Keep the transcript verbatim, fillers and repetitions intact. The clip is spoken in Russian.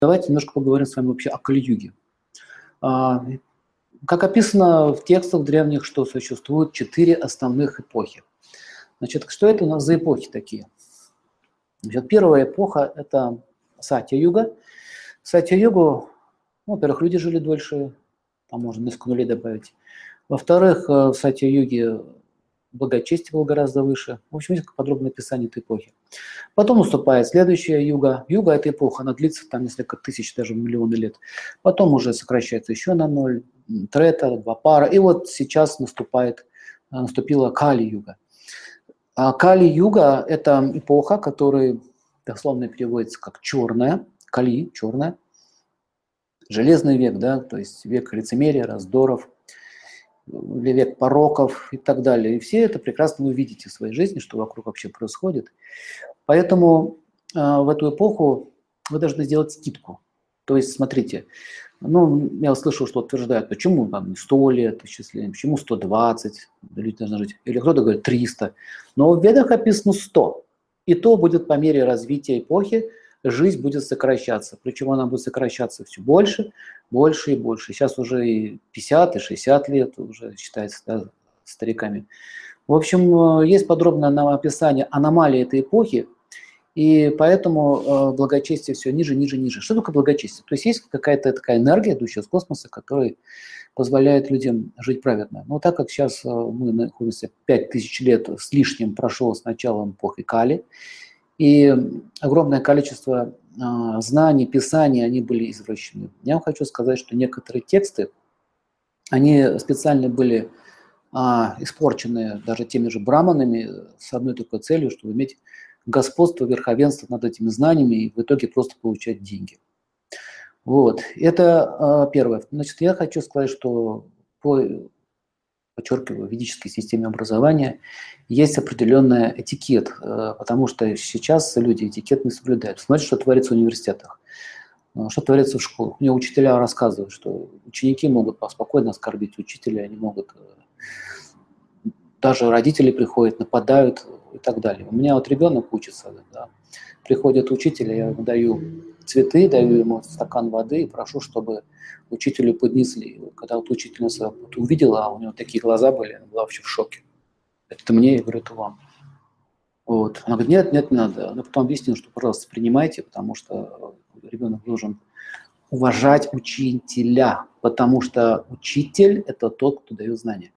Давайте немножко поговорим с вами вообще о Кали-юге. А, Как описано в текстах древних, что существует четыре основных эпохи. Значит, что это у нас за эпохи такие? Значит, первая эпоха – это Сатья-юга. В Сатья-югу, ну, во-первых, люди жили дольше, там можно несколько нулей добавить. Во-вторых, в Сатья-юге благочестие было гораздо выше. В общем, есть подробное описание этой эпохи. Потом наступает следующая юга. Юга – это эпоха, она длится там несколько тысяч, даже миллионы лет. Потом уже сокращается еще на ноль, трета, двапара. И вот сейчас наступает, наступила Кали-юга. А Кали-юга – это эпоха, которая дословно переводится как черная, Кали – черная, железный век, да, то есть век лицемерия, раздоров, век пороков и так далее. И все это прекрасно вы видите в своей жизни, что вокруг вообще происходит. Поэтому э, в эту эпоху вы должны сделать скидку. То есть, смотрите, ну, я слышал, что утверждают, почему там сто лет исчисления, почему сто двадцать, люди должны жить, или кто-то говорит триста. Но в Ведах описано сто. И то будет по мере развития эпохи, жизнь будет сокращаться. Причем она будет сокращаться все больше, больше и больше. Сейчас уже и пятьдесят, и шестьдесят лет уже считается, да, стариками. В общем, есть подробное нам описание аномалии этой эпохи, и поэтому благочестие все ниже, ниже, ниже. Что такое благочестие? То есть есть какая-то такая энергия, идущая из космоса, которая позволяет людям жить праведно. Но так как сейчас мы находимся пять тысяч лет с лишним прошло с началом эпохи Кали, и огромное количество знаний, писаний, они были извращены. Я вам хочу сказать, что некоторые тексты, они специально были а, испорченные даже теми же браманами с одной только целью, чтобы иметь господство, верховенство над этими знаниями и в итоге просто получать деньги. Вот. Это а, первое. Значит, я хочу сказать, что по, подчеркиваю, в ведической системе образования есть определенный этикет, потому что сейчас люди этикет не соблюдают. Смотрите, что творится в университетах. Что творится в школах? Мне учителя рассказывают, что ученики могут спокойно оскорбить учителя, они могут, даже родители приходят, нападают и так далее. У меня вот ребенок учится, да, приходит учитель, я ему даю цветы, даю ему стакан воды и прошу, чтобы учителю поднесли. Когда вот учительница вот увидела, а у него такие глаза были, она была вообще в шоке. Это мне, я говорю, это вам. Вот. Она говорит, нет, нет, не надо. Но потом объяснила, что, пожалуйста, принимайте, потому что ребенок должен уважать учителя, потому что учитель – это тот, кто дает знания.